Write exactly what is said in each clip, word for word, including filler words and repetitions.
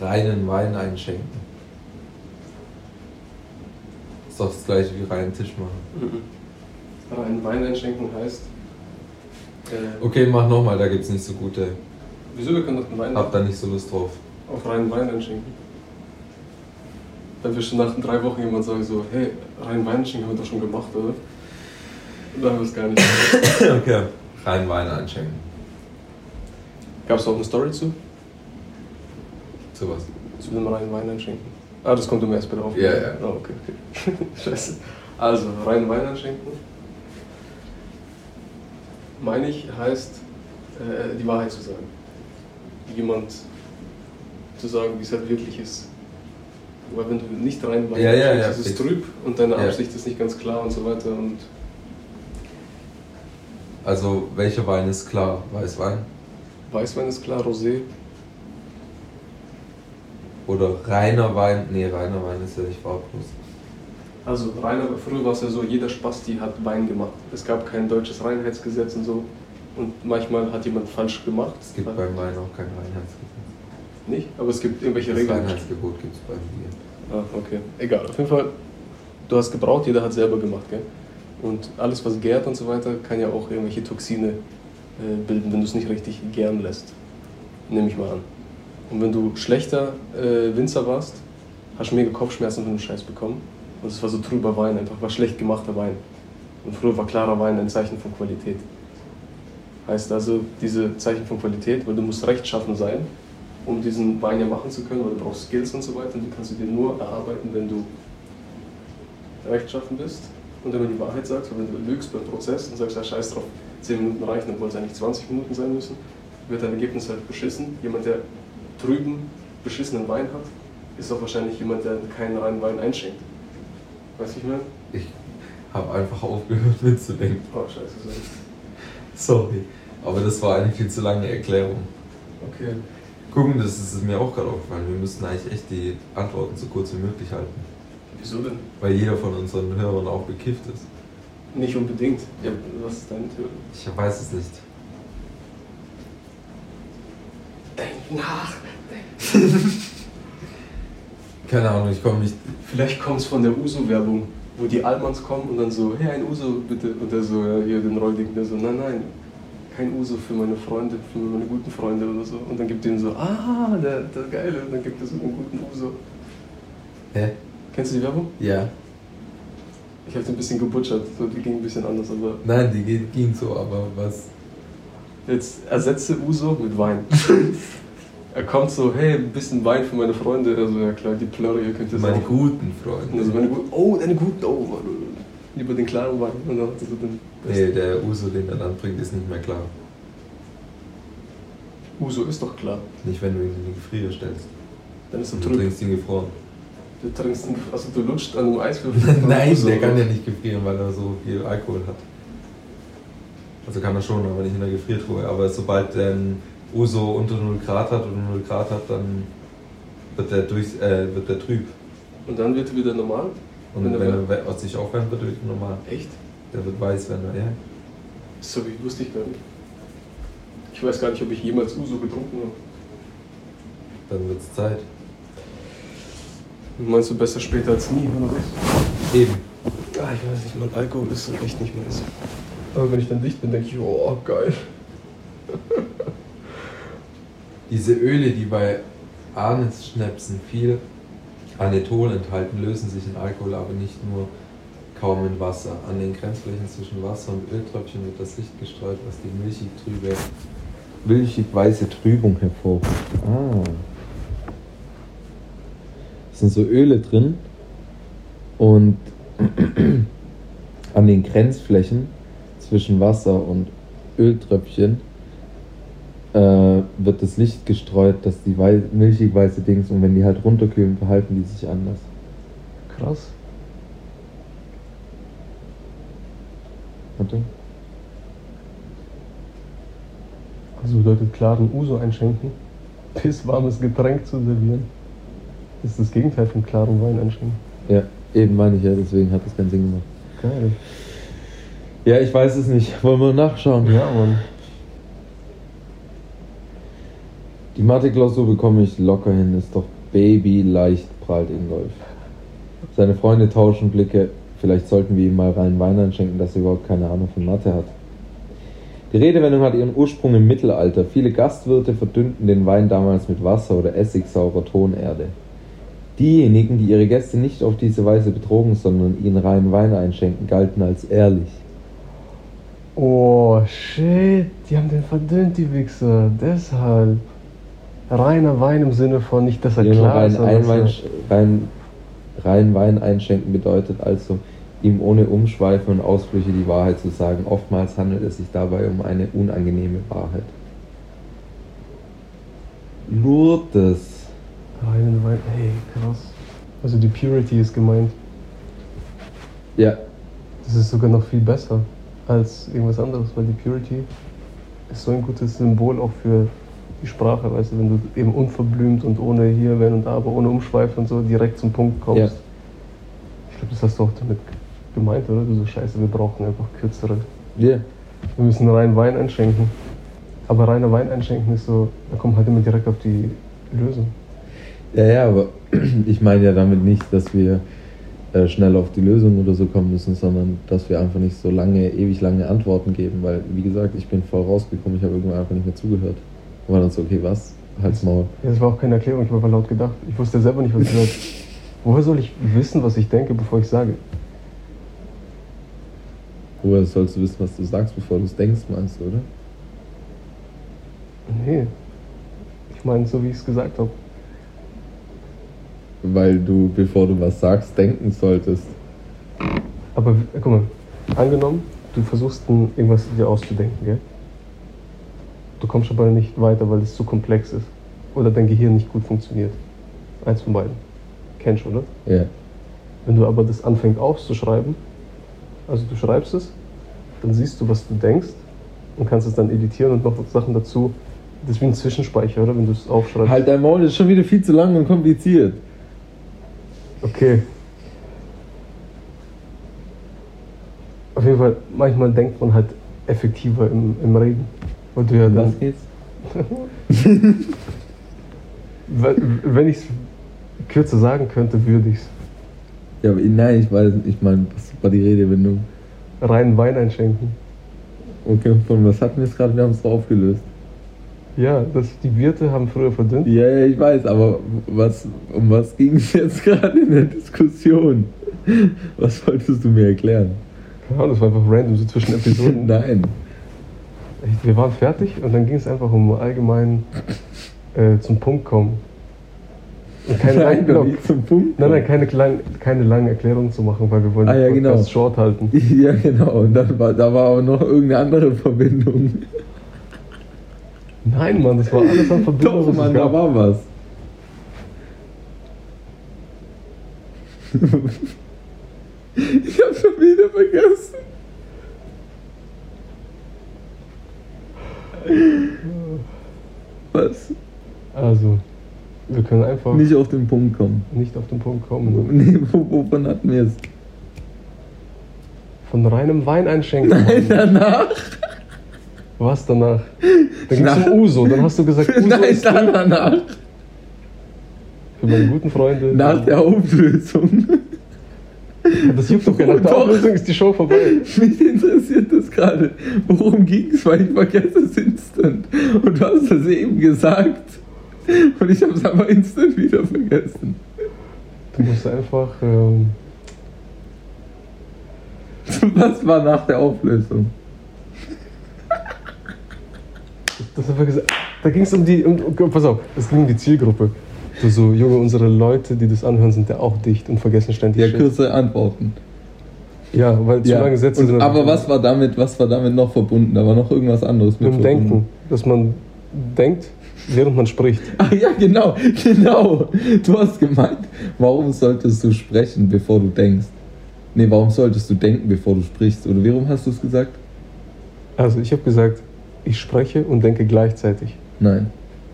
reinen Wein einschenken. Ist doch das gleiche wie reinen Tisch machen. Mhm. Reinen Wein einschenken heißt... Äh, okay, mach nochmal, da gibt's nicht so gute... Wieso, wir können doch den Wein... Hab da nicht so Lust drauf. Auf reinen Wein einschenken. Dann wirst du nach drei Wochen jemand sagen so, hey, reinen Wein einschenken haben wir doch schon gemacht, oder? Und dann haben wir es gar nicht gemacht. Okay, reinen Wein einschenken. Gab es auch eine Story zu? Zu was? Zu dem reinen Wein einschenken. Ah, das kommt im erst bitte auf. Ja, ja. Oh, okay, okay. Scheiße. Also, reinen Wein einschenken. Meine ich, heißt, äh, die Wahrheit zu sagen. Jemand zu sagen, wie es halt wirklich ist. Weil wenn du nicht rein Wein ja, ja, ja, ist es trüb und deine Absicht ja. ist nicht ganz klar und so weiter. Und also, welcher Wein ist klar? Weißwein? Weißwein ist klar, Rosé. Oder reiner Wein? Nee, reiner Wein ist ja nicht farblos. Also reiner, früher war es ja so, jeder Spasti hat Wein gemacht. Es gab kein deutsches Reinheitsgesetz und so. Und manchmal hat jemand falsch gemacht. Es gibt beim Wein auch kein Reinheitsgesetz. Nicht? Aber es gibt irgendwelche das Regeln. Das Reinheitsgebot gibt es beim Bier. Ah, okay. Egal. Auf jeden Fall, du hast gebraut, jeder hat selber gemacht, gell? Und alles, was gärt und so weiter, kann ja auch irgendwelche Toxine äh, bilden, wenn du es nicht richtig gären lässt. Nehme ich mal an. Und wenn du schlechter äh, Winzer warst, hast du mega Kopfschmerzen von dem Scheiß bekommen. Und es war so trüber Wein, einfach war schlecht gemachter Wein. Und früher war klarer Wein ein Zeichen von Qualität. Heißt also, diese Zeichen von Qualität, weil du musst rechtschaffen sein, um diesen Wein ja machen zu können, weil du brauchst Skills und so weiter. Und die kannst du dir nur erarbeiten, wenn du rechtschaffen bist. Und wenn du die Wahrheit sagst, oder wenn du lügst beim Prozess und sagst, ja scheiß drauf, zehn Minuten reichen, obwohl es eigentlich zwanzig Minuten sein müssen, wird dein Ergebnis halt beschissen. Jemand, der trüben, beschissenen Wein hat, ist auch wahrscheinlich jemand, der keinen reinen Wein einschenkt. Weißt du, wie ich meine? Ich habe einfach aufgehört mitzudenken. Oh, scheiße, sorry. Sorry. Aber das war eine viel zu lange Erklärung. Okay. Gucken, das ist mir auch gerade aufgefallen. Wir müssen eigentlich echt die Antworten so kurz wie möglich halten. Wieso denn? Weil jeder von unseren Hörern auch bekifft ist. Nicht unbedingt. Ja, was ist deine Theorie? Ich weiß es nicht. Denk nach! Denk. Keine Ahnung, ich komme nicht... Vielleicht kommt es von der Uso-Werbung, wo die Almans kommen und dann so, hey, ein Uso bitte. Und der so, ja, hier den Räudigen, der so, nein, nein, kein Uso für meine Freunde, für meine guten Freunde oder so. Und dann gibt denen so, ah, der, der Geile. Und dann gibt es so einen guten Uso. Hä? Kennst du die Werbung? Ja. Ich habe die ein bisschen gebutschert, so, die ging ein bisschen anders, aber... Nein, die ging, ging so, aber was... Jetzt ersetze Uso mit Wein. Er kommt so, hey, ein bisschen Wein für meine Freunde. Also ja klar, die Plörre, ihr könnt ihr Meine sagen. guten Freunde. Also meine guten, oh, deine guten, oh, Mann. Lieber den klaren Wein. Und dann hat er so den nee, der Uso, den er dann bringt, ist nicht mehr klar. Uso ist doch klar. Nicht, wenn du ihn in den Gefrier stellst. Dann ist er Du trüb. trinkst ihn gefroren. Du trinkst ihn, also du lutscht an einem Eiswürfel. Nein, Uso, der kann oder? ja nicht gefrieren, weil er so viel Alkohol hat. Also kann er schon, aber nicht in der Gefriertruhe. Aber sobald der Uso unter null Grad hat und null Grad hat, dann wird der, durch, äh, wird der trüb. Und dann wird er wieder normal? Und wenn, wenn er aus sich aufwärmt, wird er wieder normal. Echt? Der wird weiß, wenn er, ja. So wie wusste ich gar nicht. Ich weiß gar nicht, ob ich jemals Uso getrunken habe. Dann wird es Zeit. Meinst du besser später als nie, oder was? Eben. Ah, ich weiß nicht, mein Alkohol ist echt nicht meins. Aber wenn ich dann dicht bin, denke ich, oh, geil. Diese Öle, die bei Anisschnäpsen viel Anethol enthalten, lösen sich in Alkohol, aber nicht nur kaum in Wasser. An den Grenzflächen zwischen Wasser und Öltröpfchen wird das Licht gestreut, was die milchig trübe, milchig weiße Trübung hervorruft. Ah. Es sind so Öle drin und an den Grenzflächen zwischen Wasser und Öltröpfchen äh, wird das Licht gestreut, dass die wei- milchig weiße Dings, und wenn die halt runterkühlen, verhalten die sich anders. Krass. Warte. Also bedeutet klaren Uso einschenken, pisswarmes Getränk zu servieren. Das ist das Gegenteil von klarem Wein einschenken. Ja, eben meine ich ja, deswegen hat das keinen Sinn gemacht. Geil. Ja, ich weiß es nicht. Wollen wir nachschauen? Ja, Mann. Die Mathe-Klausur bekomme ich locker hin, ist doch Baby leicht, prahlt Ingolf. Seine Freunde tauschen Blicke, vielleicht sollten wir ihm mal rein Wein einschenken, dass er überhaupt keine Ahnung von Mathe hat. Die Redewendung hat ihren Ursprung im Mittelalter. Viele Gastwirte verdünnten den Wein damals mit Wasser oder essigsaurer Tonerde. Diejenigen, die ihre Gäste nicht auf diese Weise betrogen, sondern ihnen reinen Wein einschenken, galten als ehrlich. Oh, shit, die haben den verdünnt, die Wichser. Deshalb. Reiner Wein im Sinne von nicht, dass er Ja, klar rein, ist. aber ein Wein, dass rein, rein Wein einschenken bedeutet also, ihm ohne Umschweife und Ausflüche die Wahrheit zu sagen. Oftmals handelt es sich dabei um eine unangenehme Wahrheit. Lourdes. er reinen Wein, ey, krass. Also die Purity ist gemeint. Ja, Das ist sogar noch viel besser als irgendwas anderes, weil die Purity ist so ein gutes Symbol auch für die Sprache, weißt du, wenn du eben unverblümt und ohne hier, wenn und aber, ohne Umschweife und so direkt zum Punkt kommst. Ja. Ich glaube, das hast du auch damit gemeint, oder? Du so, scheiße, wir brauchen einfach kürzere. ja. Wir müssen rein Wein einschenken. Aber reiner Wein einschenken ist so, da kommt halt immer direkt auf die Lösung. Ja, ja, aber ich meine ja damit nicht, dass wir äh, schnell auf die Lösung oder so kommen müssen, sondern dass wir einfach nicht so lange, ewig lange Antworten geben, weil, wie gesagt, ich bin voll rausgekommen, ich habe irgendwann einfach nicht mehr zugehört. Und war dann so, okay, was? Halt's Maul. Ja, das war auch keine Erklärung, ich habe einfach laut gedacht. Ich wusste selber nicht, was ich sage. Woher soll ich wissen, was ich denke, bevor ich sage? Woher sollst du wissen, was du sagst, bevor du es denkst, meinst du, oder? Nee. Ich meine, so wie ich es gesagt habe. Weil du, bevor du was sagst, denken solltest. Aber äh, guck mal, angenommen, du versuchst ein, irgendwas dir auszudenken, gell? Du kommst aber nicht weiter, weil es zu komplex ist. Oder dein Gehirn nicht gut funktioniert. Eins von beiden. Kennst du, oder? Ja. Wenn du aber das anfängst aufzuschreiben, also du schreibst es, dann siehst du, was du denkst und kannst es dann editieren und noch Sachen dazu. Das ist wie ein Zwischenspeicher, oder? Wenn du es aufschreibst. Halt, dein Maul ist schon wieder viel zu lang und kompliziert. Okay. Auf jeden Fall, manchmal denkt man halt effektiver im, im Reden. Weil du ja dann, Was geht's? wenn wenn ich es kürzer sagen könnte, würde ich es. Ja, aber nein, ich weiß nicht, ich meine, was war die Redewendung? Reinen Wein einschenken. Okay, von was hatten wir es gerade? Wir haben es doch aufgelöst. Ja, das, die Wirte haben früher verdünnt. Ja, ja, ich weiß, aber was, um was ging es jetzt gerade in der Diskussion? Was wolltest du mir erklären? Ja, das war einfach random, so zwischen Episoden. Nein. Echt, wir waren fertig und dann ging es einfach um allgemein äh, zum Punkt kommen. Und keine Nein, langen, doch genau, nicht zum Punkt. nein, nein, keine, kleinen, keine langen Erklärungen zu machen, weil wir wollen Ah, ja, den Podcast genau. short halten. Ja, genau. Und dann war, da war aber noch irgendeine andere Verbindung. Nein, Mann, das war alles an Verbindung. Doch, was es Mann, da gab. war was. Ich hab schon wieder vergessen. Was? Also, wir können einfach Nicht auf den Punkt kommen. nicht auf den Punkt kommen. Nee, wo- wovon hatten wir es? Von reinem Wein einschenken. Nein, danach. Was danach? Da ging es Nach- um Uso. Dann hast du gesagt, Uso Nein, ist dann drin. danach. Für meine guten Freunde. Nach der Auflösung. Das juckt doch keiner. Nach der Doch. Auflösung ist die Show vorbei. Mich interessiert das gerade. Worum ging es? Weil ich vergesse es instant. Und du hast es eben gesagt. Und ich habe es aber instant wieder vergessen. Du musst einfach. Ähm, Was war nach der Auflösung? das einfach gesagt. Da ging es um die. Um, um, pass auf, es ging um die Zielgruppe. Du so, Junge, unsere Leute, die das anhören, sind ja auch dicht und vergessen ständig Ja, Shit. kurze Antworten. Ja, weil zu Ja. lange Sätze Und, sind. aber was war damit, was war damit noch verbunden? Da war noch irgendwas anderes mit Mit dem verbunden. Denken. Dass man denkt, während man spricht. Ach ja, genau, genau. Du hast gemeint, warum solltest du sprechen, bevor du denkst? Nee, warum solltest du denken, bevor du sprichst? Oder warum hast du es gesagt? Also, ich habe gesagt, ich spreche und denke gleichzeitig. Nein.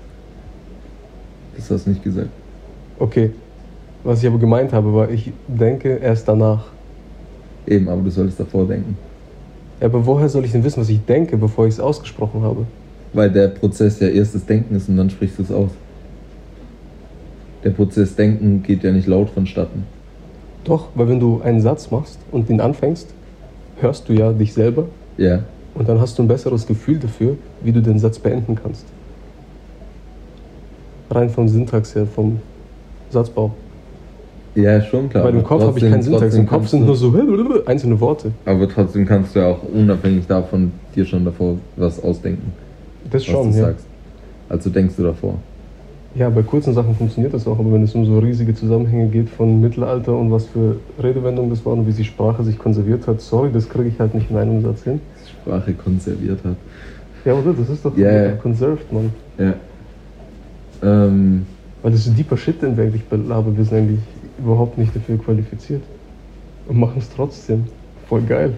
Das hast du nicht gesagt. Okay. Was ich aber gemeint habe, war, ich denke erst danach. Eben, aber du solltest davor denken. Ja, aber woher soll ich denn wissen, was ich denke, bevor ich es ausgesprochen habe? Weil der Prozess ja erst das Denken ist und dann sprichst du es aus. Der Prozess Denken geht ja nicht laut vonstatten. Doch, weil wenn du einen Satz machst und ihn anfängst, hörst du ja dich selber. Ja. Und dann hast du ein besseres Gefühl dafür, wie du den Satz beenden kannst. Rein vom Syntax her, vom Satzbau. Ja, schon klar. Weil im Kopf habe ich keinen Syntax. Im Kopf sind nur so einzelne Worte. Aber trotzdem kannst du ja auch unabhängig davon dir schon davor was ausdenken. Das schon, was du ja. sagst. Also denkst du davor. Ja, bei kurzen Sachen funktioniert das auch, aber wenn es um so riesige Zusammenhänge geht von Mittelalter und was für Redewendungen das waren und wie die Sprache sich konserviert hat, sorry, das kriege ich halt nicht in einem Satz hin. Sprache konserviert hat. Ja, oder? Das ist doch yeah. conserved, Mann. Ja. Ähm. Weil das ist deeper Shit, den wir eigentlich belabern. Wir sind eigentlich überhaupt nicht dafür qualifiziert. Und machen es trotzdem. Voll geil.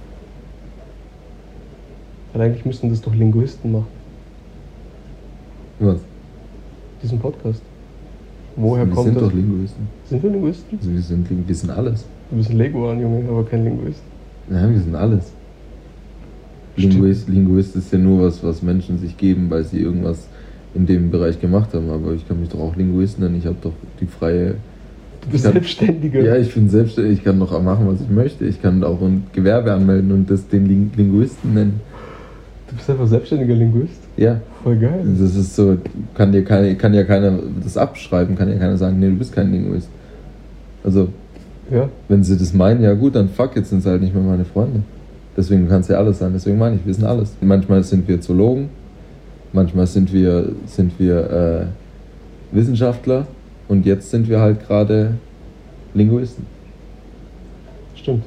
Weil eigentlich müssten das doch Linguisten machen. Was? Diesen Podcast. Woher wir kommt sind das? doch Linguisten. Sind wir Linguisten? Also wir, sind, wir sind alles. Du bist ein Leguan, Junge, aber kein Linguist. Nein, wir sind alles. Linguist, Linguist ist ja nur was, was Menschen sich geben, weil sie irgendwas in dem Bereich gemacht haben. Aber ich kann mich doch auch Linguist nennen. Ich habe doch die freie... Du bist kann, Selbstständiger. Ja, ich bin selbstständig. Ich kann doch auch machen, was ich möchte. Ich kann auch ein Gewerbe anmelden und das den Ling- Linguisten nennen. Du bist einfach selbstständiger Linguist? Ja. Voll geil. Das ist so, kann dir keine, kann ja keiner das abschreiben, kann ja keiner sagen, nee, du bist kein Linguist. Also, ja. Wenn sie das meinen, ja gut, dann fuck, jetzt sind sie halt nicht mehr meine Freunde. Deswegen kann es ja alles sein, deswegen meine ich, wir sind alles. Manchmal sind wir Zoologen, manchmal sind wir, sind wir äh, Wissenschaftler und jetzt sind wir halt gerade Linguisten. Stimmt.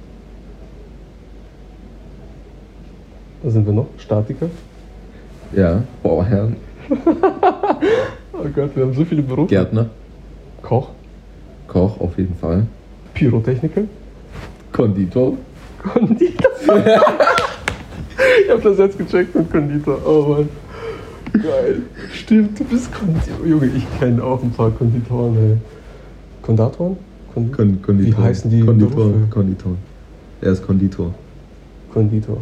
Was sind wir noch? Statiker? Ja, Bauherren. Oh Gott, wir haben so viele Berufe. Gärtner. Koch. Koch auf jeden Fall. Pyrotechniker. Konditor. Konditor. Ich hab das jetzt gecheckt mit Konditor. Oh Mann. Geil. Stimmt, du bist Konditor. Junge, ich kenne auch ein paar Konditoren, ey. Kondatoren? Kon- Kon- Konditor. Wie heißen die Konditor. Berufe? Konditor. Er ist Konditor. Konditor.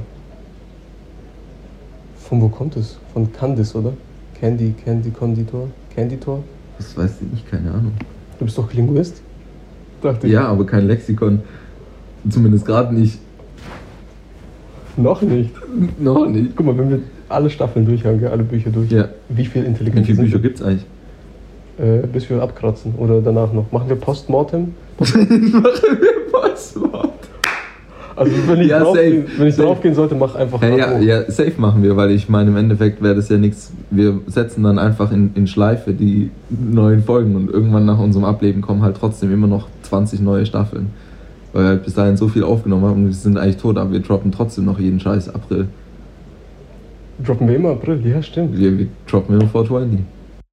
Von wo kommt es? Von Candice, oder? Candy, Candy, Konditor? Canditor? Das weiß ich, keine Ahnung. Du bist doch Linguist? Dachte ich. Ja, aber kein Lexikon. Zumindest gerade nicht. Noch nicht. Noch nicht. Guck mal, wenn wir alle Staffeln durchhaben, gell, alle Bücher durch, Ja. wie viel Wie Intelligenz viele Bücher sind gibt es eigentlich? wir? Äh, bis wir abkratzen oder danach noch. Machen wir Postmortem? Machen wir Passwort. Also wenn ich, Ja, draufgehen, safe. wenn ich Safe. draufgehen sollte, mach einfach Ja, nach ja, oben. ja, safe machen wir, weil ich meine, im Endeffekt wäre das ja nichts. Wir setzen dann einfach in, in Schleife die neuen Folgen und irgendwann nach unserem Ableben kommen halt trotzdem immer noch zwanzig neue Staffeln. Weil wir halt bis dahin so viel aufgenommen haben und wir sind eigentlich tot, aber wir droppen trotzdem noch jeden Scheiß April. Droppen wir immer April, ja stimmt. Wir, wir droppen immer vier zwanzig.